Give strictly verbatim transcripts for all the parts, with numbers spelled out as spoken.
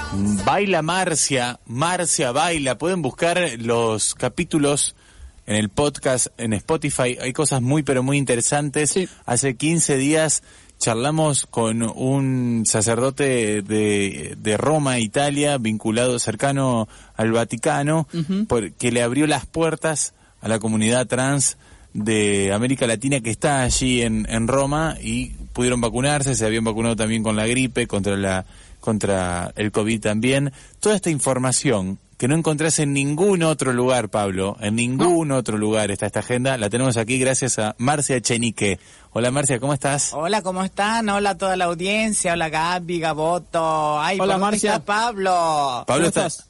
Baila Marcia, Marcia baila. Pueden buscar los capítulos en el podcast, en Spotify. Hay cosas muy, pero muy interesantes. Sí. Hace quince días charlamos con un sacerdote de, de Roma, Italia, vinculado cercano al Vaticano, uh-huh. por, que le abrió las puertas a la comunidad trans de América Latina que está allí en, en Roma, y pudieron vacunarse. Se habían vacunado también con la gripe, contra la contra el COVID también. Toda esta información que no encontrás en ningún otro lugar, Pablo, en ningún no. otro lugar está esta agenda, la tenemos aquí gracias a Marcia Echenique. Hola Marcia, ¿cómo estás? Hola, ¿cómo están? Hola a toda la audiencia, hola Gaby, Gaboto. Ay, hola Marcia. ¿Está Pablo? Pablo, ¿estás?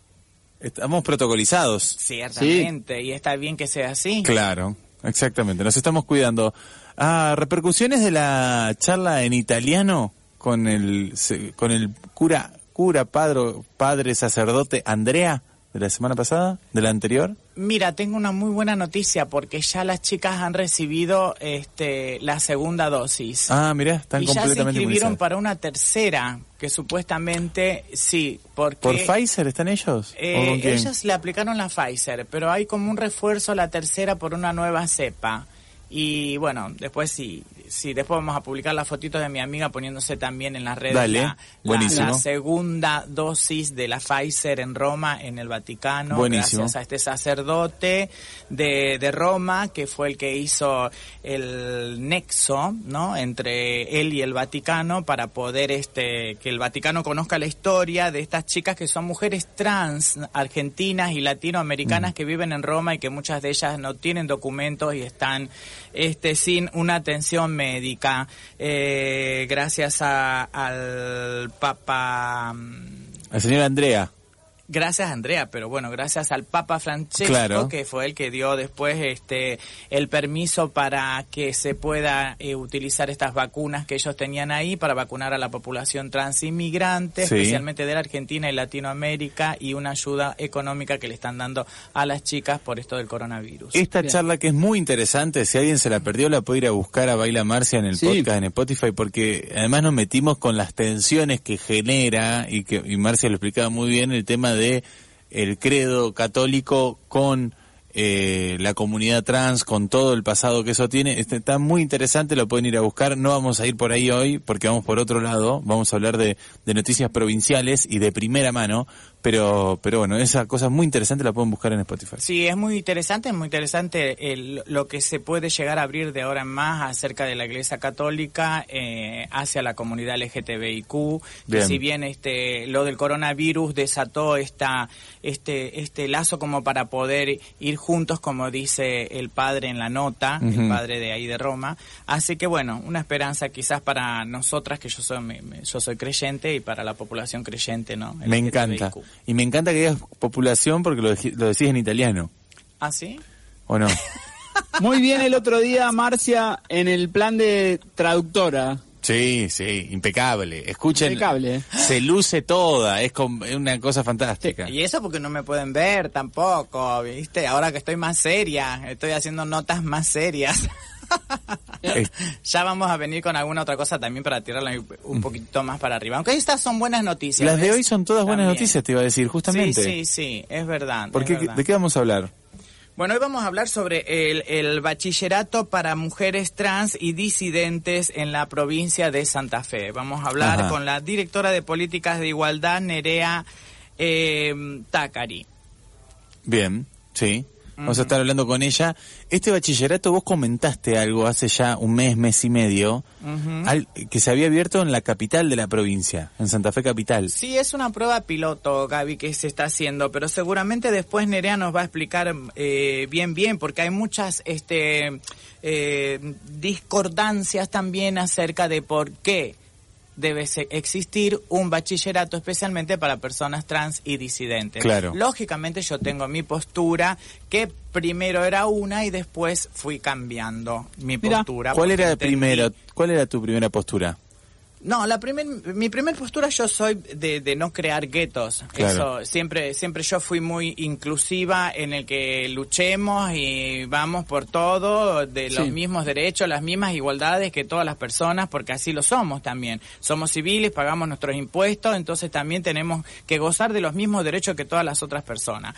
Estamos protocolizados. Ciertamente, sí. Y está bien que sea así. Claro, exactamente, nos estamos cuidando. Ah, repercusiones de la charla en italiano con el con el cura cura padre padre sacerdote Andrea de la semana pasada, de la anterior. Mira, tengo una muy buena noticia porque ya las chicas han recibido este la segunda dosis. Ah, mira, están y completamente ya se inscribieron inmunizadas. Para una tercera, que supuestamente sí, porque ¿Por Pfizer están ellos? Eh, ¿O con quién? Ellos le aplicaron la Pfizer, pero hay como un refuerzo a la tercera por una nueva cepa. Y bueno, después sí, sí, después vamos a publicar las fotitos de mi amiga poniéndose también en las redes. Dale, la, buenísimo. La, la segunda dosis de la Pfizer en Roma, en el Vaticano. Buenísimo. Gracias a este sacerdote de, de Roma, que fue el que hizo el nexo, ¿no?, entre él y el Vaticano, para poder este que el Vaticano conozca la historia de estas chicas que son mujeres trans argentinas y latinoamericanas mm. que viven en Roma y que muchas de ellas no tienen documentos y están este sin una atención médica. Eh, gracias a, al Papa... Al señor Andrea. Gracias, Andrea, pero bueno, gracias al Papa Francesco, claro. que fue el que dio después este el permiso para que se pueda eh, utilizar estas vacunas que ellos tenían ahí para vacunar a la población trans inmigrante, sí. especialmente de la Argentina y Latinoamérica, y una ayuda económica que le están dando a las chicas por esto del coronavirus. Esta Bien. charla, que es muy interesante, si alguien se la perdió, la puede ir a buscar a Baila Marcia en el sí. podcast, en Spotify, porque además nos metimos con las tensiones que genera, y que y Marcia lo explicaba muy bien, el tema de de el credo católico con eh, la comunidad trans, con todo el pasado que eso tiene. Este, está muy interesante, lo pueden ir a buscar. No vamos a ir por ahí hoy porque vamos por otro lado, vamos a hablar de, de noticias provinciales y de primera mano, pero pero bueno, esa cosa muy interesante la pueden buscar en Spotify. Sí, es muy interesante, es muy interesante el, lo que se puede llegar a abrir de ahora en más acerca de la Iglesia Católica eh, hacia la comunidad L G T B I Q. Que si bien este lo del coronavirus desató esta este este lazo como para poder ir juntos, como dice el padre en la nota, uh-huh. el padre de ahí de Roma. Así que bueno, una esperanza quizás para nosotras, que yo soy me, me, yo soy creyente, y para la población creyente, ¿no? Me encanta. Y me encanta que digas población porque lo, lo decís en italiano. ¿Ah, sí? ¿O no? Muy bien el otro día, Marcia, en el plan de traductora. Sí, sí, impecable. Escuchen, impecable. Se luce toda, es, con, es una cosa fantástica. Sí, y eso porque no me pueden ver tampoco, ¿viste? Ahora que estoy más seria, estoy haciendo notas más serias. Ya vamos a venir con alguna otra cosa también para tirarla un poquito más para arriba. Aunque estas son buenas noticias. Las ¿ves? de hoy son todas buenas también. noticias, te iba a decir, justamente. Sí, sí, sí, es verdad. ¿Por es qué, verdad. ¿De qué vamos a hablar? Bueno, hoy vamos a hablar sobre el, el bachillerato para mujeres trans y disidentes en la provincia de Santa Fe. Vamos a hablar Ajá. con la directora de Políticas de Igualdad, Nerea eh, Tácari. Bien, sí. Vamos a estar hablando con ella. Este bachillerato, vos comentaste algo hace ya un mes, mes y medio, uh-huh. al, que se había abierto en la capital de la provincia, en Santa Fe capital. Sí, es una prueba piloto, Gaby, que se está haciendo, pero seguramente después Nerea nos va a explicar eh, bien, bien, porque hay muchas este, eh, discordancias también acerca de por qué debe existir un bachillerato especialmente para personas trans y disidentes. Claro. Lógicamente yo tengo mi postura, que primero era una y después fui cambiando mi Mira, postura. ¿Cuál era entendí... primero? ¿Cuál era tu primera postura? No, la primer, mi primer postura yo soy de, de no crear guetos. Claro. Eso, siempre, siempre yo fui muy inclusiva en el que luchemos y vamos por todo, de los Sí. mismos derechos, las mismas igualdades que todas las personas, porque así lo somos también. Somos civiles, pagamos nuestros impuestos, entonces también tenemos que gozar de los mismos derechos que todas las otras personas.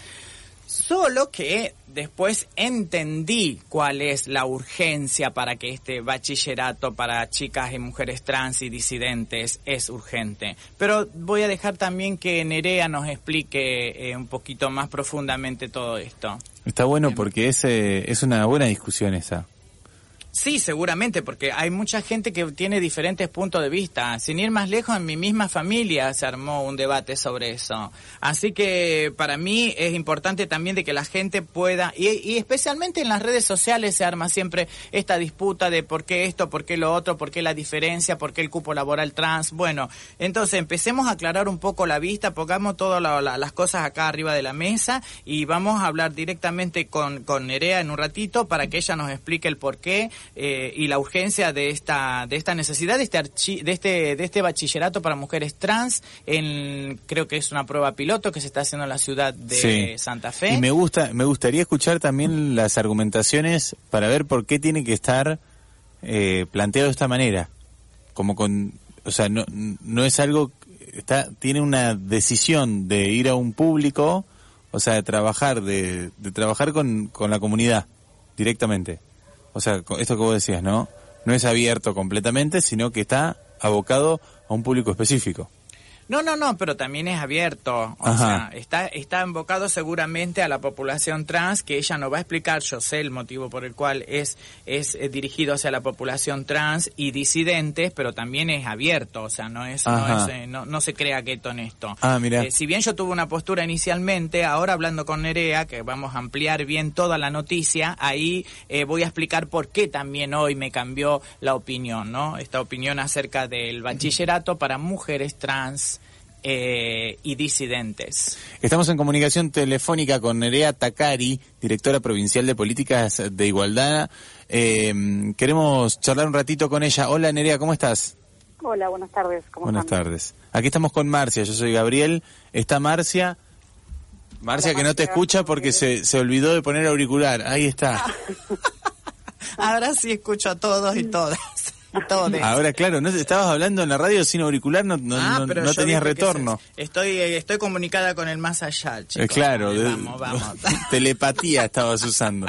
Solo que después entendí cuál es la urgencia para que este bachillerato para chicas y mujeres trans y disidentes es urgente. Pero voy a dejar también que Nerea nos explique eh, un poquito más profundamente todo esto. Está bueno porque es, eh, es una buena discusión esa. Sí, seguramente, porque hay mucha gente que tiene diferentes puntos de vista. Sin ir más lejos, en mi misma familia se armó un debate sobre eso. Así que para mí es importante también de que la gente pueda, y, y especialmente en las redes sociales se arma siempre esta disputa de por qué esto, por qué lo otro, por qué la diferencia, por qué el cupo laboral trans. Bueno, entonces empecemos a aclarar un poco la vista, pongamos todas la, la, las cosas acá arriba de la mesa y vamos a hablar directamente con, con Nerea en un ratito para que ella nos explique el por qué. Eh, y la urgencia de esta de esta necesidad de este archi de este de este bachillerato para mujeres trans en creo que es una prueba piloto que se está haciendo en la ciudad de Sí. Santa Fe. Y me gusta me gustaría escuchar también las argumentaciones para ver por qué tiene que estar eh, planteado de esta manera, como con, o sea, no no es algo, está tiene una decisión de ir a un público, o sea, de trabajar de, de trabajar con con la comunidad directamente. O sea, esto que vos decías, ¿no? No es abierto completamente, sino que está abocado a un público específico. No, no, no, pero también es abierto, o Ajá. sea, está está enfocado seguramente a la población trans, que ella nos va a explicar, yo sé el motivo por el cual es es eh, dirigido hacia la población trans y disidentes, pero también es abierto, o sea, no es no Ajá. es eh, no, no se crea gueto en esto. Ah, mira. Eh, si bien yo tuve una postura inicialmente, ahora hablando con Nerea, que vamos a ampliar bien toda la noticia, ahí eh, voy a explicar por qué también hoy me cambió la opinión, ¿no? Esta opinión acerca del bachillerato para mujeres trans Eh, y disidentes. Estamos en comunicación telefónica con Nerea Takari, directora provincial de Políticas de Igualdad. Eh, queremos charlar un ratito con ella. Hola Nerea, ¿cómo estás? Hola, buenas tardes. ¿Cómo Buenas están? tardes. Aquí estamos con Marcia, yo soy Gabriel. Está Marcia. Marcia Hola, que no te Marcia. escucha porque se, se olvidó de poner auricular. Ahí está. Ahora sí escucho a todos y todas. Y todes. Ahora, claro, no estabas hablando en la radio sin auricular, no, no, Ah, no, pero no yo tenías viste que retorno. se- Estoy eh, estoy comunicada con el más allá, chicos. Eh, claro, Ay, de- vamos, vamos. telepatía estabas usando.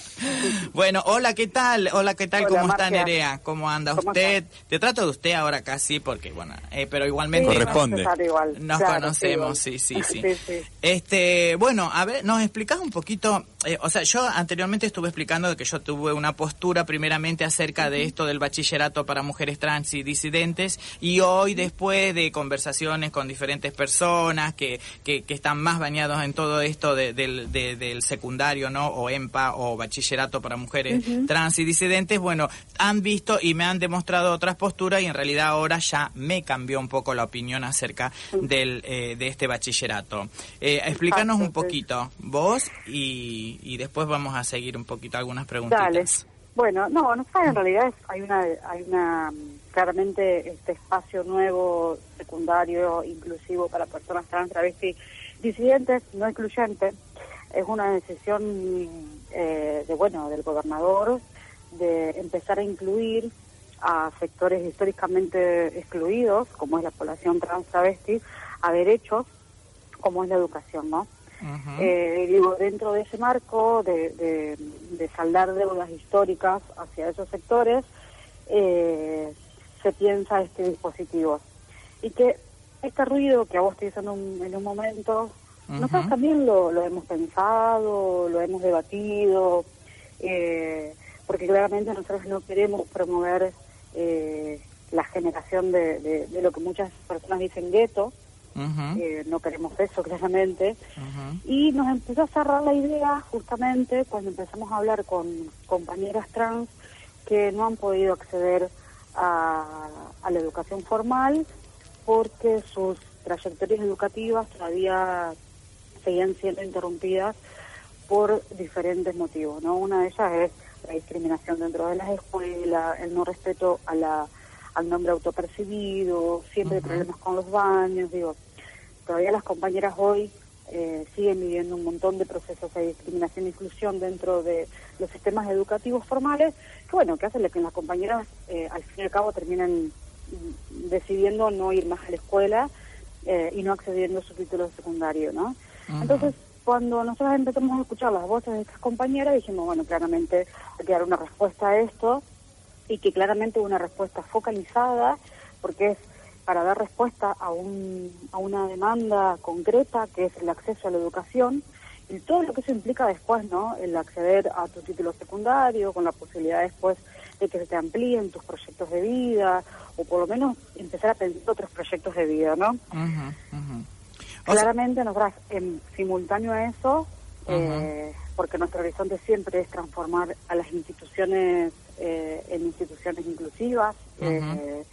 Bueno, hola, ¿qué tal? Hola, ¿qué tal? Hola, ¿Cómo está Marcia. Nerea? ¿Cómo anda ¿Cómo usted? Te trato de usted ahora casi porque, bueno, eh, pero igualmente Sí, Corresponde. nos trata igual. nos Claro, conocemos, sí, sí, igual. sí, sí. sí, sí. Este, bueno, a ver, nos explicás un poquito, eh, o sea, yo anteriormente estuve explicando de que yo tuve una postura primeramente acerca de esto del bachillerato para mujeres trans y disidentes, y hoy después de conversaciones con diferentes personas que, que, que están más bañados en todo esto de, del, de, del secundario, ¿no? O EMPA o bachillerato para mujeres uh-huh. trans y disidentes, bueno, han visto y me han demostrado otras posturas y en realidad ahora ya me cambió un poco la opinión acerca del, eh, de este bachillerato. Eh, explícanos un poquito vos y, y después vamos a seguir un poquito algunas preguntitas. Dale. Bueno, no, no sabes, en realidad es- hay una, hay una, claramente este espacio nuevo, secundario, inclusivo para personas trans, travestis, disidentes, no excluyentes. Es una decisión eh, de, bueno, del gobernador de empezar a incluir a sectores históricamente excluidos, como es la población trans travesti, a derechos, como es la educación, ¿no? Uh-huh. Eh, digo, dentro de ese marco de, de, de saldar deudas históricas hacia esos sectores, eh, se piensa este dispositivo. Y que este ruido que a vos te dicen en un, en un momento, Uh-huh. nosotros también lo, lo hemos pensado, lo hemos debatido, eh, porque claramente nosotros no queremos promover eh, la generación de, de, de lo que muchas personas dicen gueto. Uh-huh. Eh, no queremos eso, claramente. Uh-huh. Y nos empezó a cerrar la idea justamente cuando empezamos a hablar con compañeras trans que no han podido acceder a, a la educación formal porque sus trayectorias educativas todavía seguían siendo interrumpidas por diferentes motivos, ¿no? Una de ellas es la discriminación dentro de las escuelas, el no respeto a la al nombre autopercibido, siempre uh-huh. hay problemas con los baños, digo, todavía las compañeras hoy eh, siguen viviendo un montón de procesos de discriminación e inclusión dentro de los sistemas educativos formales, que bueno, que hacen que las compañeras eh, al fin y al cabo terminan decidiendo no ir más a la escuela eh, y no accediendo a su título secundario, ¿no? Uh-huh. Entonces, cuando nosotros empezamos a escuchar las voces de estas compañeras, dijimos, bueno, claramente hay que dar una respuesta a esto, y que claramente una respuesta focalizada, porque es para dar respuesta a, un, a una demanda concreta, que es el acceso a la educación, y todo lo que eso implica después, ¿no? El acceder a tu título secundario, con la posibilidad después de que se te amplíen tus proyectos de vida, o por lo menos empezar a pensar otros proyectos de vida, ¿no? Uh-huh, uh-huh. Claramente sea... nosotras, en simultáneo a eso, uh-huh. eh, porque nuestro horizonte siempre es transformar a las instituciones eh, en instituciones inclusivas, uh-huh. eh,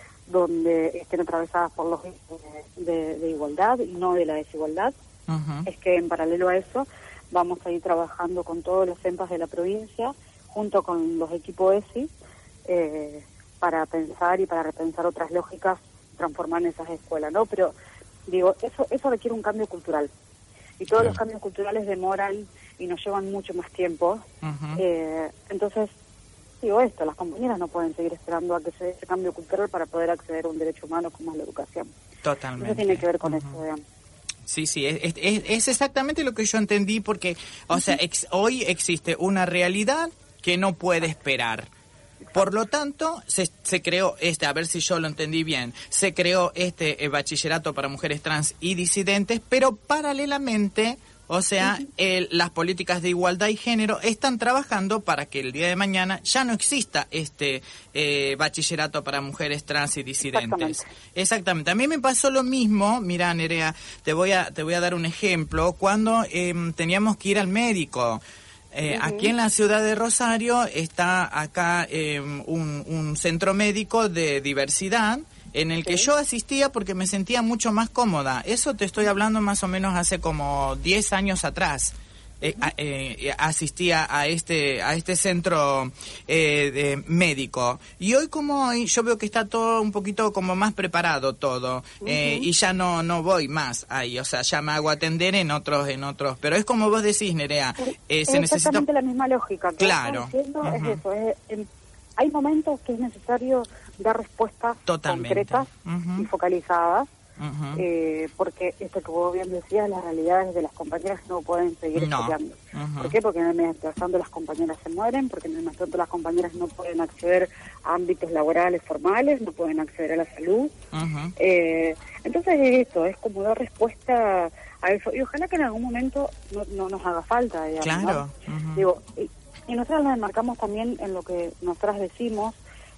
donde estén atravesadas por los de, de, de igualdad y no de la desigualdad. Uh-huh. Es que en paralelo a eso vamos a ir trabajando con todos los CEMPAS de la provincia, junto con los equipos E S I, eh, para pensar y para repensar otras lógicas, transformar en esas escuelas, ¿no? Pero digo, eso eso requiere un cambio cultural, y todos claro. los cambios culturales demoran y nos llevan mucho más tiempo. Uh-huh. eh, entonces digo esto, las compañeras no pueden seguir esperando a que se dé ese cambio cultural para poder acceder a un derecho humano como es la educación. Totalmente. Eso tiene que ver con uh-huh. eso, digamos. Sí, sí, es, es, es exactamente lo que yo entendí, porque, o uh-huh. sea, ex, hoy existe una realidad que no puede esperar. Por lo tanto, se, se creó este, a ver si yo lo entendí bien, se creó este eh, bachillerato para mujeres trans y disidentes, pero paralelamente, o sea, uh-huh. el, las políticas de igualdad y género están trabajando para que el día de mañana ya no exista este eh, bachillerato para mujeres trans y disidentes. Exactamente. Exactamente. A mí me pasó lo mismo, mira, Nerea, te voy a, te voy a dar un ejemplo, cuando eh, teníamos que ir al médico. Eh, uh-huh. Aquí en la ciudad de Rosario está acá eh, un, un centro médico de diversidad en el que sí. yo asistía porque me sentía mucho más cómoda. Eso te estoy hablando más o menos hace como diez años atrás. Eh, uh-huh. eh, asistía a este a este centro eh, de médico, y hoy como hoy yo veo que está todo un poquito como más preparado todo, uh-huh. eh, y ya no no voy más ahí, o sea, ya me hago atender en otros en otros pero es como vos decís, Nerea, eh, es se necesita exactamente la misma lógica que claro diciendo, uh-huh. es eso, es, en, hay momentos que es necesario dar respuestas totalmente concretas uh-huh. y focalizadas. Uh-huh. Eh, porque esto que vos bien decías, las realidades de las compañeras no pueden seguir no. estudiando. Uh-huh. ¿Por qué? Porque en el mientras tanto las compañeras se mueren, porque en el mientras tanto las compañeras no pueden acceder a ámbitos laborales formales, no pueden acceder a la salud. Uh-huh. Eh, entonces es esto, es como dar respuesta a eso, y ojalá que en algún momento no, no nos haga falta, digamos, claro. ¿no? Uh-huh. Digo, y, y nosotros nos enmarcamos también en lo que nosotras decimos,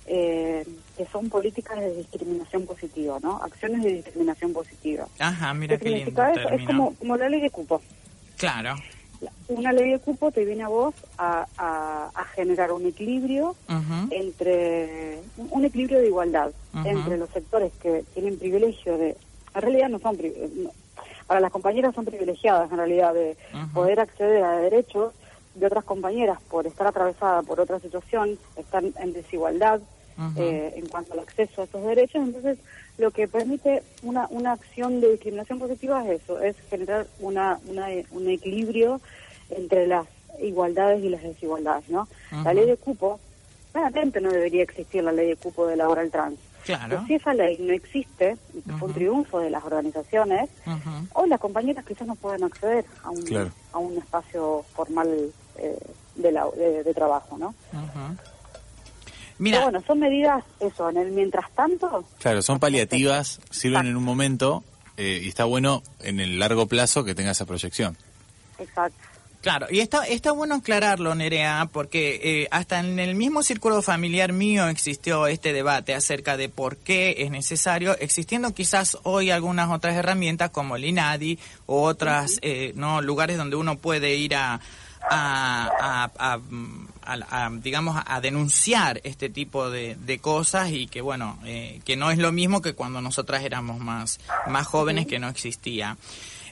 Eh, que son políticas de discriminación positiva, ¿no? Acciones de discriminación positiva. Ajá, mira qué lindo eso? Es como, como la ley de cupo. Claro. Una ley de cupo te viene a vos a, a, a generar un equilibrio uh-huh. entre un equilibrio de igualdad uh-huh. entre los sectores que tienen privilegio de, en realidad no son no, para las compañeras son privilegiadas en realidad de uh-huh. poder acceder a derechos de otras compañeras por estar atravesadas por otra situación, están en desigualdad uh-huh. eh, en cuanto al acceso a estos derechos. Entonces lo que permite una una acción de discriminación positiva es eso, es generar una, una un equilibrio entre las igualdades y las desigualdades, ¿no? Uh-huh. La ley de cupo, claramente no debería existir la ley de cupo de laboral trans. Claro. Pero si esa ley no existe, y que uh-huh. fue un triunfo de las organizaciones, uh-huh. hoy las compañeras quizás no pueden acceder a un, claro. a un espacio formal eh, de, la, de, de trabajo, ¿no? Uh-huh. Mira, pero bueno, son medidas, eso, en el mientras tanto... Claro, son paliativas, sirven Exacto. en un momento, eh, y está bueno en el largo plazo que tenga esa proyección. Exacto. Claro, y está está bueno aclararlo, Nerea, porque eh, hasta en el mismo círculo familiar mío existió este debate acerca de por qué es necesario, existiendo quizás hoy algunas otras herramientas como el INADI u otras uh-huh. eh, no lugares donde uno puede ir a a, a, a, a, a digamos a denunciar este tipo de, de cosas, y que bueno eh, que no es lo mismo que cuando nosotras éramos más más jóvenes, uh-huh. que no existía.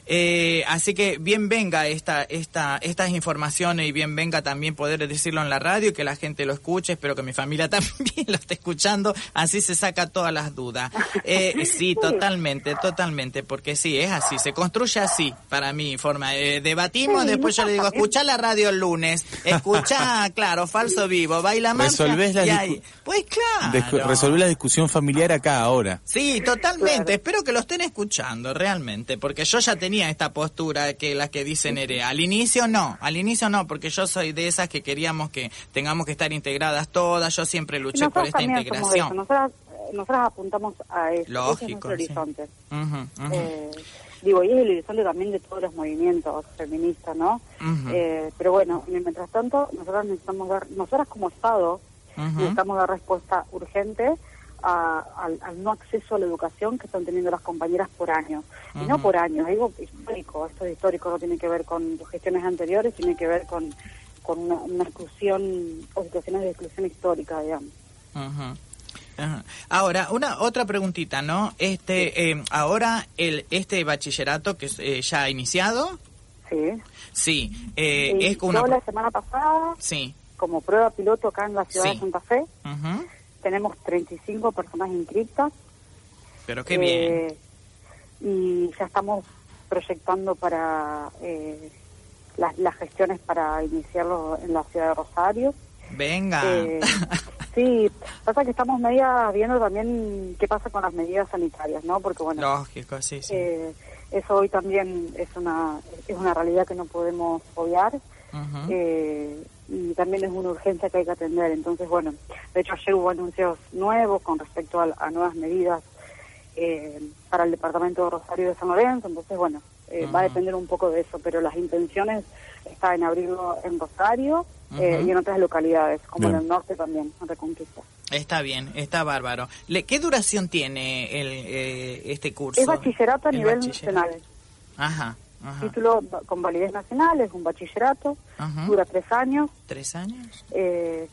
Eh, así que bien venga esta, esta, estas informaciones y bien venga también poder decirlo en la radio y que la gente lo escuche. Espero que mi familia también lo esté escuchando, así se saca todas las dudas. Eh, sí, totalmente, totalmente, porque sí, es así, se construye así, para mí, forma. Eh, debatimos, sí, después no yo le digo, escuchá la radio el lunes, escuchá, claro, Falso Vivo, Baila Marcia, y ahí. Pues claro. Resolver la discusión familiar acá, ahora. Sí, totalmente, claro. Espero que lo estén escuchando, realmente, porque yo ya tenía esta postura que las que dice Nerea. Al inicio no, al inicio no, porque yo soy de esas que queríamos que tengamos que estar integradas todas, yo siempre luché nosotros por esta integración. Nosotras, nosotras apuntamos a eso. Lógico, ese es nuestro horizonte. Sí. Uh-huh, uh-huh. Eh, digo, y es el horizonte también de todos los movimientos feministas, ¿no? Uh-huh. Eh, pero bueno, mientras tanto, nosotras necesitamos dar, nosotras como Estado, uh-huh. necesitamos dar respuesta urgente A, al, al no acceso a la educación que están teniendo las compañeras por año. Uh-huh. Y no por año, digo histórico, esto es histórico, no tiene que ver con gestiones anteriores, tiene que ver con, con una, una exclusión o situaciones de exclusión histórica, digamos. Uh-huh. Uh-huh. Ahora, una otra preguntita, ¿no? Este, sí. eh, ahora el este bachillerato que eh, ya ha iniciado. Sí. Sí. Eh, sí es una. Yo la semana pasada. Sí. Como prueba piloto acá en la ciudad sí. de Santa Fe. Uh-huh. Tenemos treinta y cinco personas inscritas. Pero qué eh, bien. Y ya estamos proyectando para eh, las, las gestiones para iniciarlo en la ciudad de Rosario. Venga. Eh, sí, pasa que estamos media viendo también qué pasa con las medidas sanitarias, ¿no? Porque bueno, lógico, sí, sí. Eh, eso hoy también es una es una realidad que no podemos obviar. Uh-huh. Eh, y también es una urgencia que hay que atender. Entonces, bueno, de hecho ayer hubo anuncios nuevos con respecto a, a nuevas medidas eh, para el departamento de Rosario de San Lorenzo. Entonces, bueno, eh, uh-huh. va a depender un poco de eso, pero las intenciones están en abrirlo en Rosario uh-huh. eh, y en otras localidades, como bien. En el norte también, en Reconquista. Está bien, está bárbaro. Le, ¿Qué duración tiene el eh, este curso? Es bachillerato a el nivel bachillerato. nacional. Ajá. Ajá. Título con validez nacional, es un bachillerato, Ajá. dura tres años. ¿Tres años? Eh,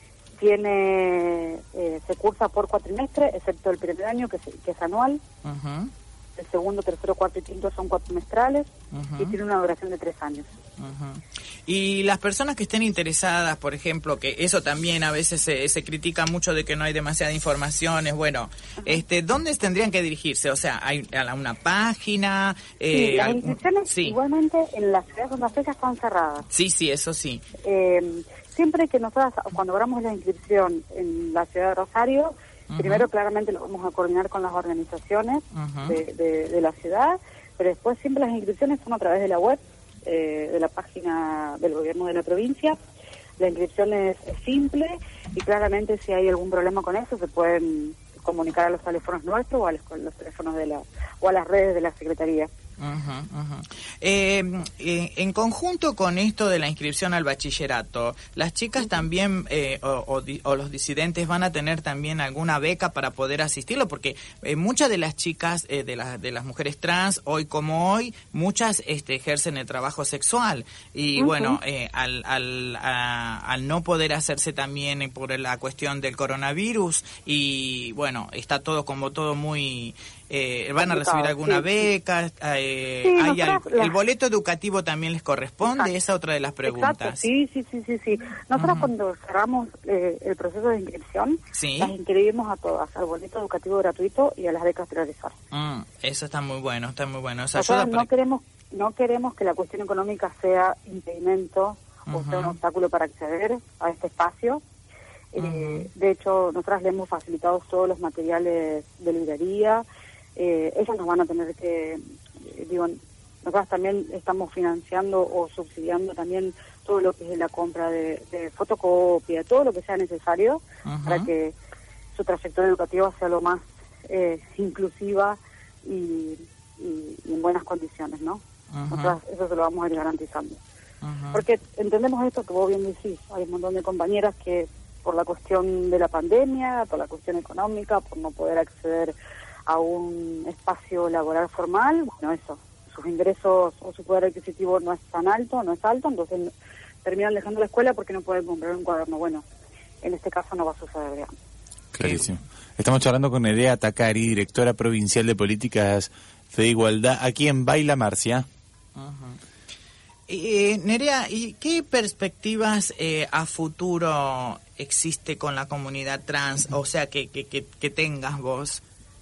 tiene, eh, se cursa por cuatrimestre, excepto el primer año, que, se, que es anual. Ajá. El segundo, tercero, cuarto y quinto son cuatrimestrales. Ajá. Y tiene una duración de tres años. Ajá. Y las personas que estén interesadas, por ejemplo, que eso también a veces se, se critica mucho de que no hay demasiada información, bueno, este, ¿dónde tendrían que dirigirse? O sea, ¿hay a una página? Eh, sí, las algún... inscripciones sí. igualmente en la ciudad de Santa Fe ya están cerradas. Sí, sí, eso sí. Eh, siempre que nosotros, cuando abramos la inscripción en la ciudad de Rosario, uh-huh. primero claramente lo vamos a coordinar con las organizaciones uh-huh. de, de, de la ciudad, pero después siempre las inscripciones son a través de la web, eh, de la página del gobierno de la provincia. La inscripción es, es simple y claramente si hay algún problema con eso se pueden comunicar a los teléfonos nuestros o a los, los teléfonos de la o a las redes de la Secretaría. Uh-huh, uh-huh. Eh, eh, en conjunto con esto de la inscripción al bachillerato, las chicas uh-huh. también eh, o, o, o los disidentes van a tener también alguna beca para poder asistirlo, porque eh, muchas de las chicas eh, de las de las mujeres trans hoy como hoy muchas este, ejercen el trabajo sexual y uh-huh. bueno eh, al al, a, al no poder hacerse también por la cuestión del coronavirus y bueno está todo como todo muy Eh, ¿van a recibir alguna sí, beca? Eh, sí, hay al, las... ¿El boleto educativo también les corresponde? Exacto. Esa es otra de las preguntas. Exacto. Sí, sí, sí, sí, sí. Nosotros uh-huh. cuando cerramos eh, el proceso de inscripción, ¿sí? las inscribimos a todas, al boleto educativo gratuito y a las becas priorizadas. Mm, eso está muy bueno, está muy bueno. Eso Nosotros ayuda no para... queremos no queremos que la cuestión económica sea impedimento uh-huh. o sea un obstáculo para acceder a este espacio. Uh-huh. Eh, de hecho, nosotras le hemos facilitado todos los materiales de librería. Eh, ellos nos van a tener que, eh, digo, nosotros también estamos financiando o subsidiando también todo lo que es la compra de, de fotocopia, todo lo que sea necesario uh-huh. para que su trayectoria educativa sea lo más eh, inclusiva y, y, y en buenas condiciones, ¿no? Uh-huh. Nosotros eso se lo vamos a ir garantizando. Uh-huh. Porque entendemos esto que vos bien decís, hay un montón de compañeras que por la cuestión de la pandemia, por la cuestión económica, por no poder acceder a un espacio laboral formal, bueno, eso, sus ingresos o su poder adquisitivo no es tan alto, no es alto, entonces terminan dejando la escuela porque no pueden comprar un cuaderno. Bueno, en este caso no va a suceder, digamos. Clarísimo. Estamos charlando con Nerea Tacari, directora provincial de políticas de igualdad, aquí en Baila Marcia. Uh-huh. Eh, Nerea, ¿y qué perspectivas eh, a futuro existe con la comunidad trans? O sea, que, que, que, que tengas vos.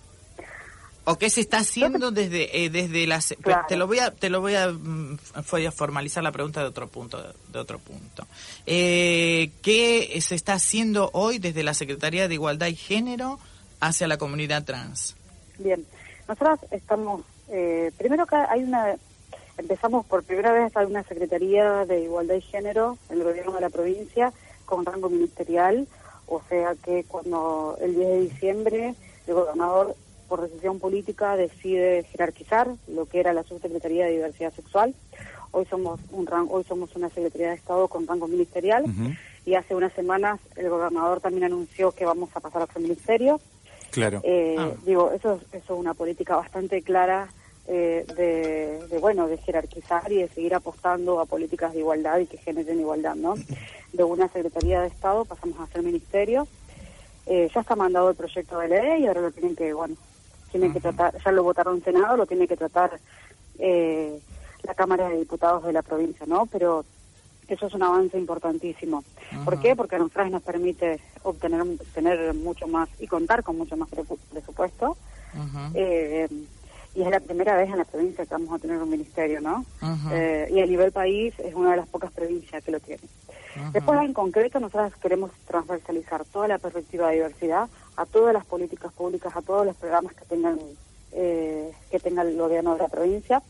¿O qué se está haciendo desde eh, desde las claro. te lo voy a te lo voy a, voy a formalizar la pregunta de otro punto de otro punto eh, ¿qué se está haciendo hoy desde la Secretaría de Igualdad y Género hacia la comunidad trans? Bien, nosotros estamos eh, primero que hay una empezamos por primera vez hay una Secretaría de Igualdad y Género en el gobierno de la provincia con rango ministerial, o sea que cuando el diez de diciembre el gobernador por decisión política decide jerarquizar lo que era la Subsecretaría de Diversidad Sexual. Hoy somos un rango, hoy somos una Secretaría de Estado con rango ministerial, uh-huh. y hace unas semanas el gobernador también anunció que vamos a pasar a otro ministerio. Claro. Eh, ah. Digo, eso, eso es una política bastante clara eh, de, de, bueno, de jerarquizar y de seguir apostando a políticas de igualdad y que generen igualdad, ¿no? De una Secretaría de Estado pasamos a ser ministerio. Eh, ya está mandado el proyecto de ley y ahora lo tienen que, bueno, tienen que tratar, ya lo votaron en Senado, lo tiene que tratar eh, la Cámara de Diputados de la provincia, ¿no? Pero eso es un avance importantísimo. Uh-huh. ¿Por qué? Porque a nosotros nos permite obtener tener mucho más y contar con mucho más presupuesto. Uh-huh. Eh, y es la primera vez en la provincia que vamos a tener un ministerio, ¿no? Uh-huh. Eh, y a nivel país es una de las pocas provincias que lo tiene. Uh-huh. Después, en concreto, nosotros queremos transversalizar toda la perspectiva de diversidad a todas las políticas públicas, a todos los programas que tengan eh, que tenga el gobierno de la provincia.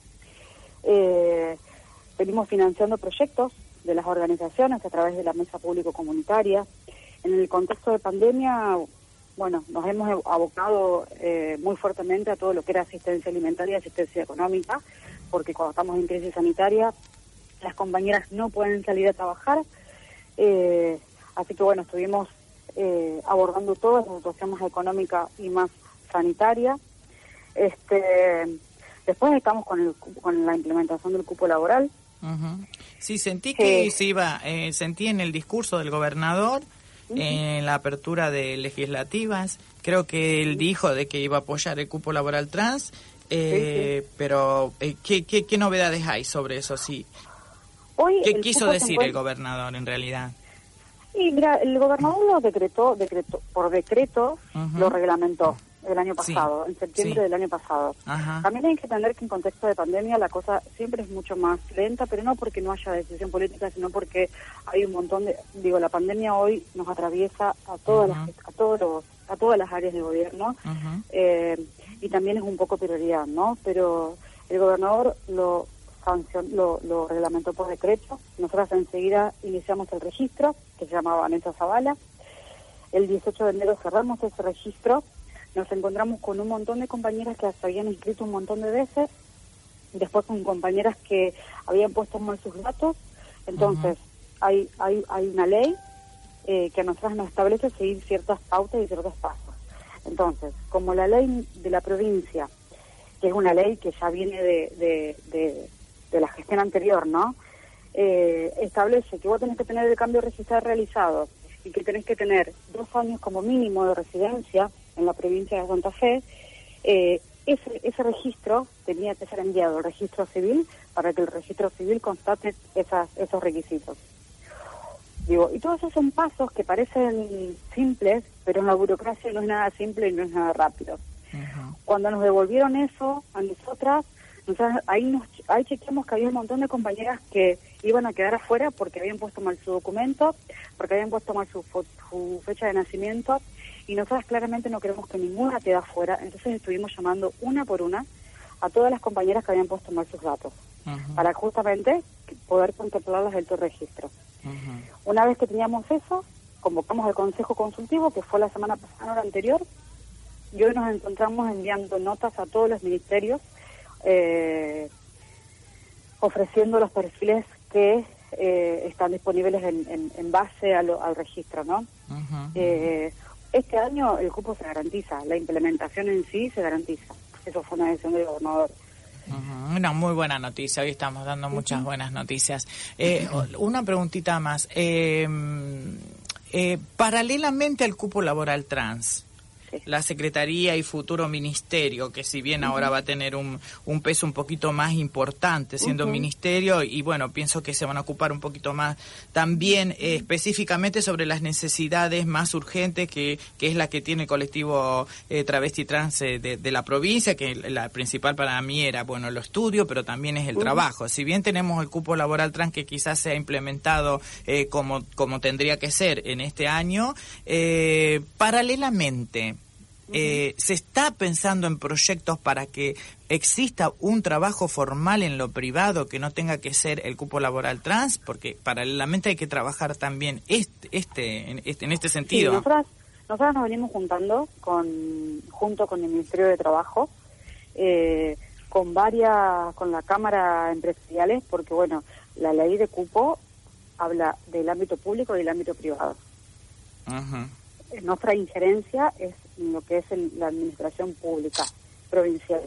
Eh, venimos financiando proyectos de las organizaciones a través de la mesa público-comunitaria. En el contexto de pandemia, bueno, nos hemos abocado eh, muy fuertemente a todo lo que era asistencia alimentaria y asistencia económica, porque cuando estamos en crisis sanitaria, las compañeras no pueden salir a trabajar. Eh, así que, bueno, estuvimos eh, abordando toda la situación más económica y más sanitaria. Este, después estamos con, el, con la implementación del cupo laboral. Uh-huh. Sí, sentí que eh, se iba, eh, sentí en el discurso del gobernador, uh-huh. en la apertura de legislativas, creo que él dijo de que iba a apoyar el cupo laboral trans, eh, sí, sí. pero eh, ¿qué, qué, ¿qué novedades hay sobre eso? Sí. Hoy ¿Qué quiso decir encuentra... el gobernador en realidad? Y mira, el gobernador lo decretó, decretó por decreto, uh-huh. lo reglamentó el año pasado, sí. en septiembre sí. del año pasado. Uh-huh. También hay que entender que en contexto de pandemia la cosa siempre es mucho más lenta, pero no porque no haya decisión política, sino porque hay un montón de, digo, la pandemia hoy nos atraviesa a todas uh-huh. las, a todos los, a todas las áreas de gobierno, uh-huh. eh, y también es un poco prioridad, ¿no? Pero el gobernador lo sanción, lo, lo reglamentó por decreto. Nosotros enseguida iniciamos el registro, que se llamaba Vanessa Zavala. El dieciocho de enero cerramos ese registro. Nos encontramos con un montón de compañeras que se habían inscrito un montón de veces, después con compañeras que habían puesto mal sus datos. Entonces, uh-huh. hay, hay, hay una ley eh, que a nosotros nos establece seguir ciertas pautas y ciertos pasos. Entonces, como la ley de la provincia, que es una ley que ya viene de, de, de, de la gestión anterior, ¿no? Eh, establece que vos tenés que tener el cambio registral realizado y que tenés que tener dos años como mínimo de residencia en la provincia de Santa Fe. eh, ese, ese registro tenía que ser enviado al registro civil para que el registro civil constate esas, esos requisitos. Digo, y todos esos son pasos que parecen simples, pero en la burocracia no es nada simple y no es nada rápido. Uh-huh. Cuando nos devolvieron eso a nosotras, nosotras ahí, nos, ahí chequeamos que había un montón de compañeras que iban a quedar afuera porque habían puesto mal su documento, porque habían puesto mal su, su fecha de nacimiento, y nosotras claramente no queremos que ninguna quede afuera. Entonces estuvimos llamando una por una a todas las compañeras que habían puesto mal sus datos, uh-huh. para justamente poder contemplarlas del todo registro. Uh-huh. Una vez que teníamos eso, convocamos al Consejo Consultivo, que fue la semana pasada, la anterior, y hoy nos encontramos enviando notas a todos los ministerios, eh, ofreciendo los perfiles que eh, están disponibles en, en, en base a lo, al registro, ¿no? Uh-huh. Eh, este año el cupo se garantiza, la implementación en sí se garantiza. Eso fue una decisión del gobernador. Uh-huh. Una muy buena noticia, hoy estamos dando muchas uh-huh. buenas noticias. Eh, una preguntita más. Eh, eh, paralelamente al cupo laboral trans, sí. la Secretaría y futuro Ministerio, que si bien uh-huh. ahora va a tener un, un peso un poquito más importante siendo uh-huh. Ministerio, y bueno, pienso que se van a ocupar un poquito más también eh, específicamente sobre las necesidades más urgentes que, que es la que tiene el colectivo eh, travesti trans eh, de, de la provincia, que la principal para mí era, bueno, lo estudio, pero también es el uh-huh. trabajo. Si bien tenemos el cupo laboral trans que quizás sea implementado eh, como, como tendría que ser en este año, eh, paralelamente eh, se está pensando en proyectos para que exista un trabajo formal en lo privado que no tenga que ser el cupo laboral trans, porque paralelamente hay que trabajar también este, este, en, este en este sentido. Sí, nosotras, nosotras nos venimos juntando con junto con el Ministerio de Trabajo, eh, con varias, con la Cámara Empresariales, porque bueno, la ley de cupo habla del ámbito público y del ámbito privado. Uh-huh. Nuestra injerencia es en lo que es el, la administración pública provincial.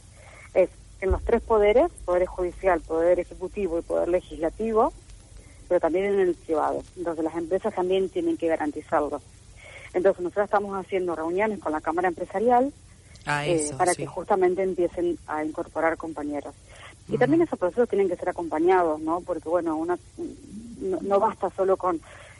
Es en los tres poderes, poder judicial, poder ejecutivo y poder legislativo, pero también en el privado. Entonces las empresas también tienen que garantizarlo. Entonces nosotros estamos haciendo reuniones con la Cámara Empresarial ah, eso, eh, para sí. que justamente empiecen a incorporar compañeros. Y uh-huh. también esos procesos tienen que ser acompañados, ¿no? Porque bueno, una no, no basta solo con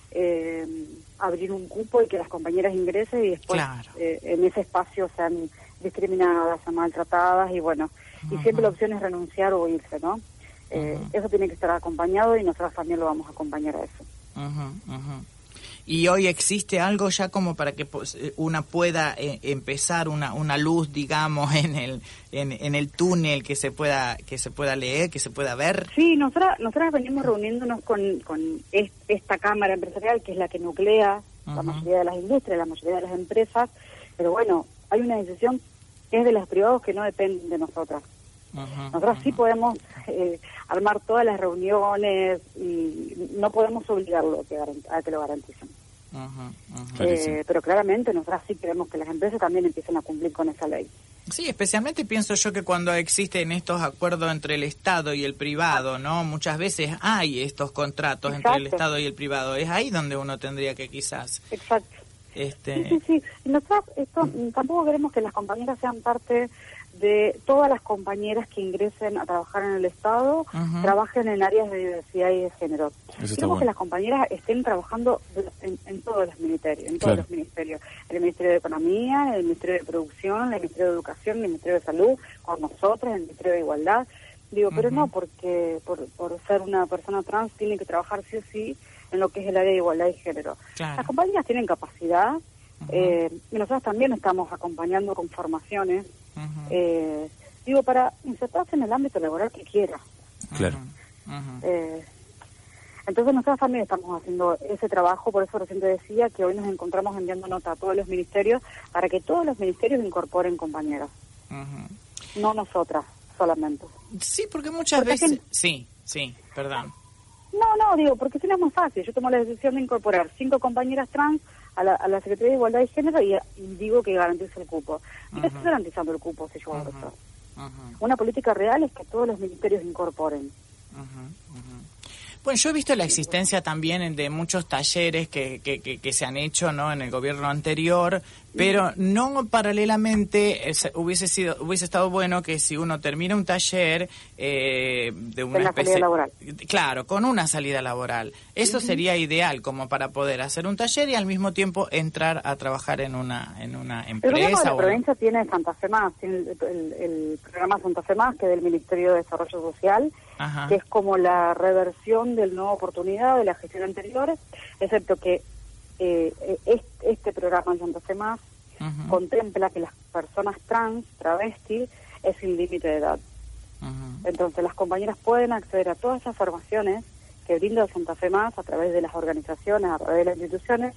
eh, abrir un cupo y que las compañeras ingresen y después claro. eh, en ese espacio sean discriminadas, sean maltratadas y bueno, uh-huh. y siempre la opción es renunciar o irse, ¿no? Eh, uh-huh. Eso tiene que estar acompañado y nosotros también lo vamos a acompañar a eso. Uh-huh, uh-huh. Y hoy existe algo ya como para que pues, una pueda eh, empezar una una luz, digamos, en el en, en el túnel que se pueda que se pueda leer, que se pueda ver. Sí, nosotras nosotras venimos reuniéndonos con con est, esta cámara empresarial que es la que nuclea uh-huh. la mayoría de las industrias, la mayoría de las empresas, pero bueno, hay una decisión que es de los privados que no dependen de nosotras. Uh-huh, Nosotros uh-huh. sí podemos eh, armar todas las reuniones y no podemos obligarlo a que, a que lo garanticen. Uh-huh, uh-huh. Eh, pero claramente nosotros sí queremos que las empresas también empiecen a cumplir con esa ley. Sí, especialmente pienso yo que cuando existen estos acuerdos entre el Estado y el privado, ¿no? Muchas veces hay estos contratos Exacto. entre el Estado y el privado. Es ahí donde uno tendría que quizás... Exacto. Este... Sí, sí, sí. Y nosotros esto, tampoco queremos que las compañeras sean parte de todas las compañeras que ingresen a trabajar en el Estado, uh-huh. trabajen en áreas de diversidad y de género. Queremos bueno. que las compañeras estén trabajando en, en todos los ministerios, en todos claro. los ministerios. El Ministerio de Economía, el Ministerio de Producción, el Ministerio de Educación, el Ministerio de Salud, con nosotros, el Ministerio de Igualdad. Digo, uh-huh. pero no porque por, por ser una persona trans tiene que trabajar sí o sí en lo que es el área de igualdad y género. Claro. Las compañías tienen capacidad, uh-huh. eh, y nosotros también estamos acompañando con formaciones, uh-huh. eh, digo, para insertarse en el ámbito laboral que quiera. Claro. Uh-huh. Eh, entonces nosotros también estamos haciendo ese trabajo, por eso recién te decía que hoy nos encontramos enviando nota a todos los ministerios para que todos los ministerios incorporen compañeras. Uh-huh. No nosotras solamente. Sí, porque muchas porque veces... Que... Sí, sí, perdón. No, no, digo, porque si no es muy fácil. Yo tomo la decisión de incorporar cinco compañeras trans a la, a la Secretaría de Igualdad y Género y, y digo que garantice el cupo. Y uh-huh. estoy garantizando el cupo si yo hago uh-huh. eso. Uh-huh. Una política real es que todos los ministerios incorporen. Uh-huh. Uh-huh. Bueno, yo he visto la existencia también de muchos talleres que, que, que, que se han hecho, ¿no?, en el gobierno anterior, pero no paralelamente es, hubiese sido hubiese estado bueno que si uno termina un taller eh, de una Tenga especie salida laboral. Claro, con una salida laboral. Eso uh-huh. sería ideal como para poder hacer un taller y al mismo tiempo entrar a trabajar en una en una empresa. El gobierno de la o... provincia tiene Santa Fe Más, tiene el, el, el programa Santa Fe Más, que es del Ministerio de Desarrollo Social, Ajá. que es como la reversión del Nueva Oportunidad de la gestión anterior, excepto que eh, este, este programa en Santa Fe Más uh-huh. contempla que las personas trans, travestis, es sin límite de edad. Uh-huh. Entonces las compañeras pueden acceder a todas esas formaciones que brinda Santa Fe Más a través de las organizaciones, a través de las instituciones,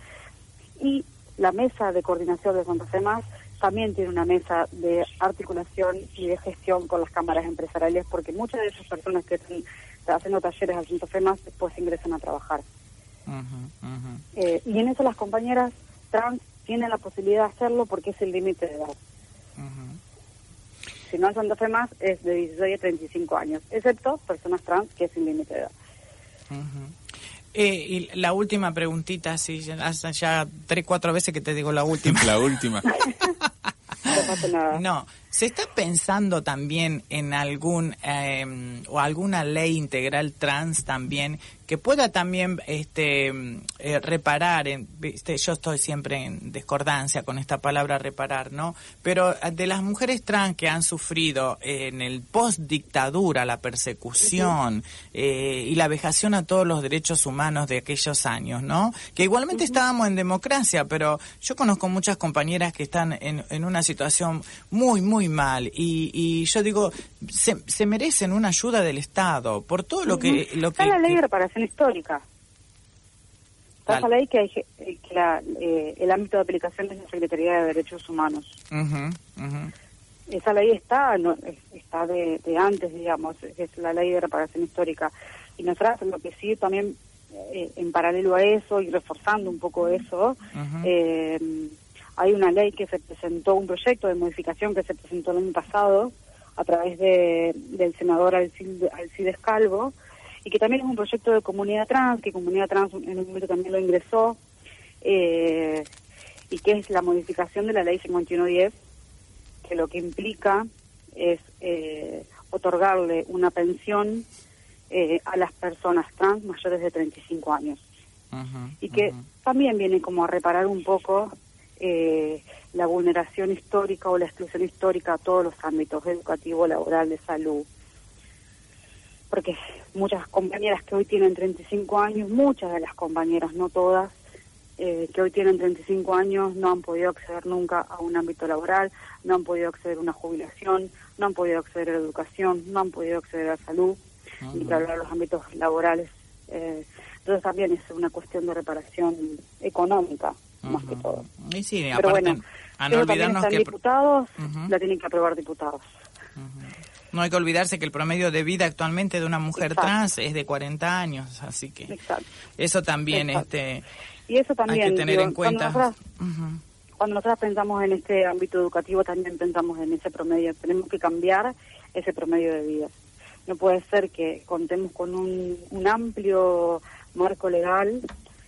y la mesa de coordinación de Santa Fe Más también tiene una mesa de articulación y de gestión con las cámaras empresariales, porque muchas de esas personas que están haciendo talleres al Santa Fe Más después ingresan a trabajar. Uh-huh, uh-huh. Eh, y en eso las compañeras trans tienen la posibilidad de hacerlo porque es el límite de edad. Uh-huh. Si no, el Santa Fe Más es de dieciséis a treinta y cinco años, excepto personas trans que es sin límite de edad. Uh-huh. Eh, y la última preguntita, sí, hace ya tres, cuatro veces que te digo la última. La última. No pasa nada. No, ¿se está pensando también en algún eh, o alguna ley integral trans también que pueda también este eh, reparar? En, ¿viste? Yo estoy siempre en discordancia con esta palabra reparar, ¿no? Pero de las mujeres trans que han sufrido en el post-dictadura la persecución eh, y la vejación a todos los derechos humanos de aquellos años, ¿no? Que igualmente estábamos en democracia, pero yo conozco muchas compañeras que están en, en una situación muy, muy mal y, y yo digo, se, se merecen una ayuda del Estado por todo lo que... Lo que Está la ley que, de reparación histórica. Está esa ley que, hay, que la, eh, el ámbito de aplicación es la Secretaría de Derechos Humanos. Uh-huh, uh-huh. Esa ley está no, está de, de antes, digamos, es la ley de reparación histórica. Y nosotros lo que sí también, eh, en paralelo a eso y reforzando un poco eso, uh-huh. eh, hay una ley que se presentó, un proyecto de modificación que se presentó el año pasado a través de, del senador Alcides, Alcides Calvo, y que también es un proyecto de comunidad trans, que comunidad trans en un momento también lo ingresó, eh, y que es la modificación de la ley cincuenta y uno diez, que lo que implica es eh, otorgarle una pensión eh, a las personas trans mayores de treinta y cinco años. Uh-huh, y que uh-huh. también viene como a reparar un poco eh, la vulneración histórica o la exclusión histórica a todos los ámbitos, educativo, laboral, de salud. Porque muchas compañeras que hoy tienen treinta y cinco años, muchas de las compañeras, no todas, eh, que hoy tienen treinta y cinco años no han podido acceder nunca a un ámbito laboral, no han podido acceder a una jubilación, no han podido acceder a la educación, no han podido acceder a salud, uh-huh. ni que hablar de los ámbitos laborales. Eh, entonces también es una cuestión de reparación económica, uh-huh. más que todo. Y sí, pero aparte, bueno, a no olvidarnos están que diputados, uh-huh. la tienen que aprobar diputados. Uh-huh. No hay que olvidarse que el promedio de vida actualmente de una mujer Exacto. trans es de cuarenta años, así que Exacto. eso también Exacto. este y eso también hay que tener digo, en cuenta. Cuando nosotras, uh-huh. cuando nosotras pensamos en este ámbito educativo, también pensamos en ese promedio. Tenemos que cambiar ese promedio de vida. No puede ser que contemos con un, un amplio marco legal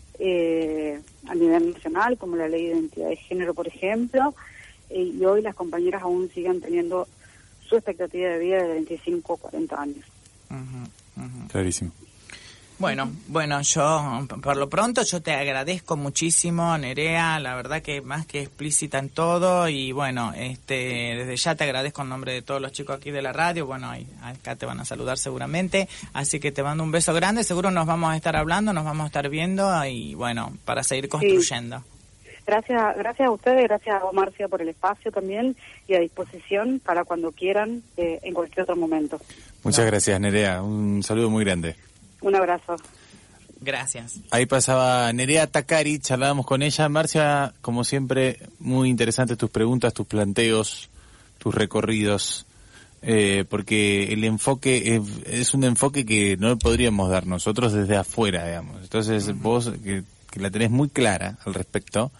eh, a nivel nacional, como la Ley de Identidad de Género, por ejemplo, eh, y hoy las compañeras aún sigan teniendo su expectativa de vida de treinta y cinco o cuarenta años. Uh-huh, uh-huh. Clarísimo. Bueno, bueno, yo, por lo pronto, yo te agradezco muchísimo, Nerea, la verdad que más que explícita en todo, y bueno, este, desde ya te agradezco en nombre de todos los chicos aquí de la radio, bueno, ahí, acá te van a saludar seguramente, así que te mando un beso grande, seguro nos vamos a estar hablando, nos vamos a estar viendo, y bueno, para seguir construyendo. Sí. Gracias, gracias a ustedes, gracias a Marcia por el espacio también, y a disposición para cuando quieran, eh, en cualquier otro momento. Muchas no. gracias, Nerea, un saludo muy grande. Un abrazo. Gracias. Ahí pasaba Nerea Takari, charlábamos con ella. Marcia, como siempre, muy interesantes tus preguntas, tus planteos, tus recorridos, eh, porque el enfoque es, es un enfoque que no podríamos dar nosotros desde afuera, digamos. Entonces, uh-huh. vos, que, que la tenés muy clara al respecto,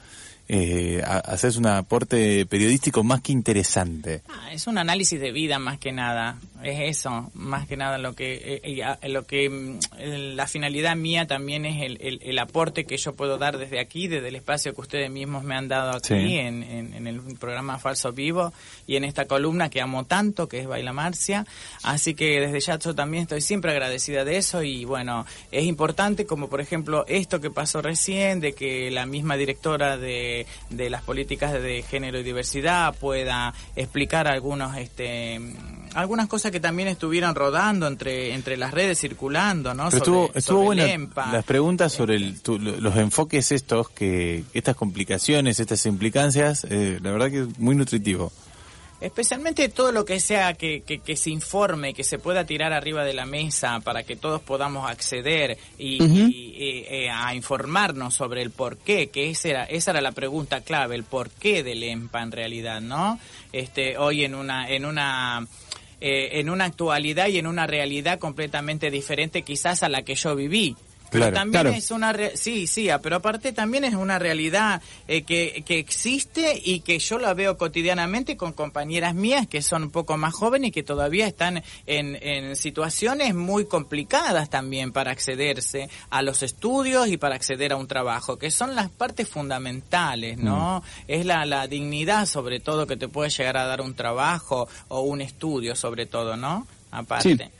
eh, haces un aporte periodístico más que interesante. Ah, es un análisis de vida más que nada, es eso, más que nada lo que eh, lo que eh, la finalidad mía también es el, el, el aporte que yo puedo dar desde aquí, desde el espacio que ustedes mismos me han dado aquí, sí. en, en, en el programa Falso Vivo y en esta columna que amo tanto, que es Baila Marcia, así que desde ya yo también estoy siempre agradecida de eso y bueno, es importante como por ejemplo esto que pasó recién, de que la misma directora de de las políticas de género y diversidad pueda explicar algunos este algunas cosas que también estuvieron rodando entre entre las redes circulando, ¿no? Pero sobre, estuvo estuvo sobre bueno las preguntas sobre el, tu, los enfoques estos, que estas complicaciones, estas implicancias, eh, la verdad que es muy nutritivo. Especialmente todo lo que sea que, que, que se informe, que se pueda tirar arriba de la mesa para que todos podamos acceder y, uh-huh. y eh, eh, a informarnos sobre el porqué, que esa era, esa era la pregunta clave, el porqué del E M P A en realidad, ¿no? Este, hoy en una, en una, eh, en una actualidad y en una realidad completamente diferente quizás a la que yo viví. Pero claro, también claro. es una... Re sí, sí, pero aparte también es una realidad eh, que, que existe y que yo la veo cotidianamente con compañeras mías que son un poco más jóvenes y que todavía están en, en situaciones muy complicadas también para accederse a los estudios y para acceder a un trabajo, que son las partes fundamentales, ¿no? Mm. Es la, la dignidad, sobre todo, que te puede llegar a dar un trabajo o un estudio, sobre todo, ¿no? Aparte. Sí.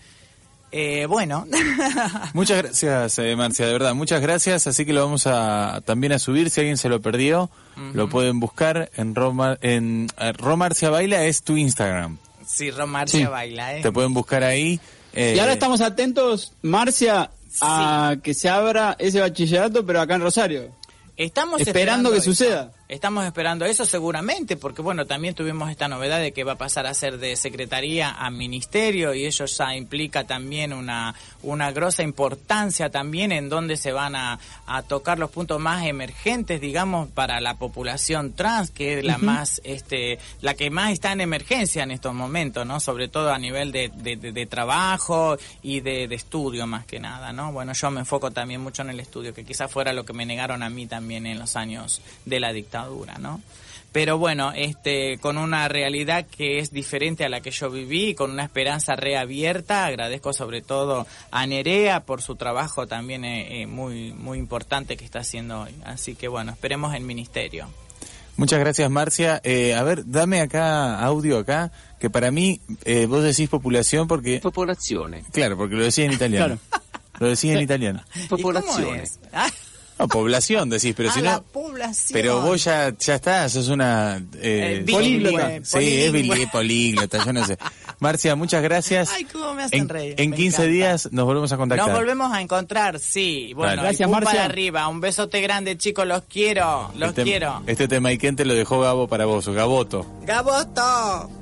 Eh, bueno. Muchas gracias, eh, Marcia, de verdad, muchas gracias. Así que lo vamos a también a subir, si alguien se lo perdió, uh-huh. lo pueden buscar en Roma, en uh, Romarcia Baila es tu Instagram. Sí, Romarcia sí. Baila, eh. Te pueden buscar ahí. Eh, y ahora estamos atentos, Marcia, sí. a que se abra ese bachillerato, pero acá en Rosario. Estamos esperando, esperando que eso. suceda. Estamos esperando eso seguramente, porque bueno, también tuvimos esta novedad de que va a pasar a ser de secretaría a ministerio, y eso ya implica también una una grosa importancia también en donde se van a, a tocar los puntos más emergentes, digamos, para la población trans, que es la uh-huh. más este la que más está en emergencia en estos momentos, ¿no? Sobre todo a nivel de, de, de, de trabajo y de, de estudio más que nada, ¿no? Bueno, yo me enfoco también mucho en el estudio, que quizás fuera lo que me negaron a mí también en los años de la dictadura. ¿no? Pero bueno, este, con una realidad que es diferente a la que yo viví, con una esperanza reabierta. Agradezco sobre todo a Nerea por su trabajo también eh, muy muy importante que está haciendo hoy. Así que bueno, esperemos el ministerio. Muchas gracias, Marcia. Eh, a ver, dame acá audio acá, que para mí eh, vos decís población porque... Popolazione. Claro, porque lo decís en italiano. Claro. Lo decís en italiano. Popolazione. No, población decís, pero ah, si la no... población. Pero vos ya ya estás, sos una... Eh, eh, políglota. Sí, es bilingüe, políglota, yo no sé. Marcia, muchas gracias. Ay, cómo me hacen en, reír. En me quince encanta. días nos volvemos a contactar. Nos volvemos a encontrar, sí. Bueno, vale. Gracias, y Marcia. para arriba. Un besote grande, chicos, los quiero, los este, quiero. Este tema Iquén te lo dejó Gabo para vos, Gaboto. ¡Gaboto!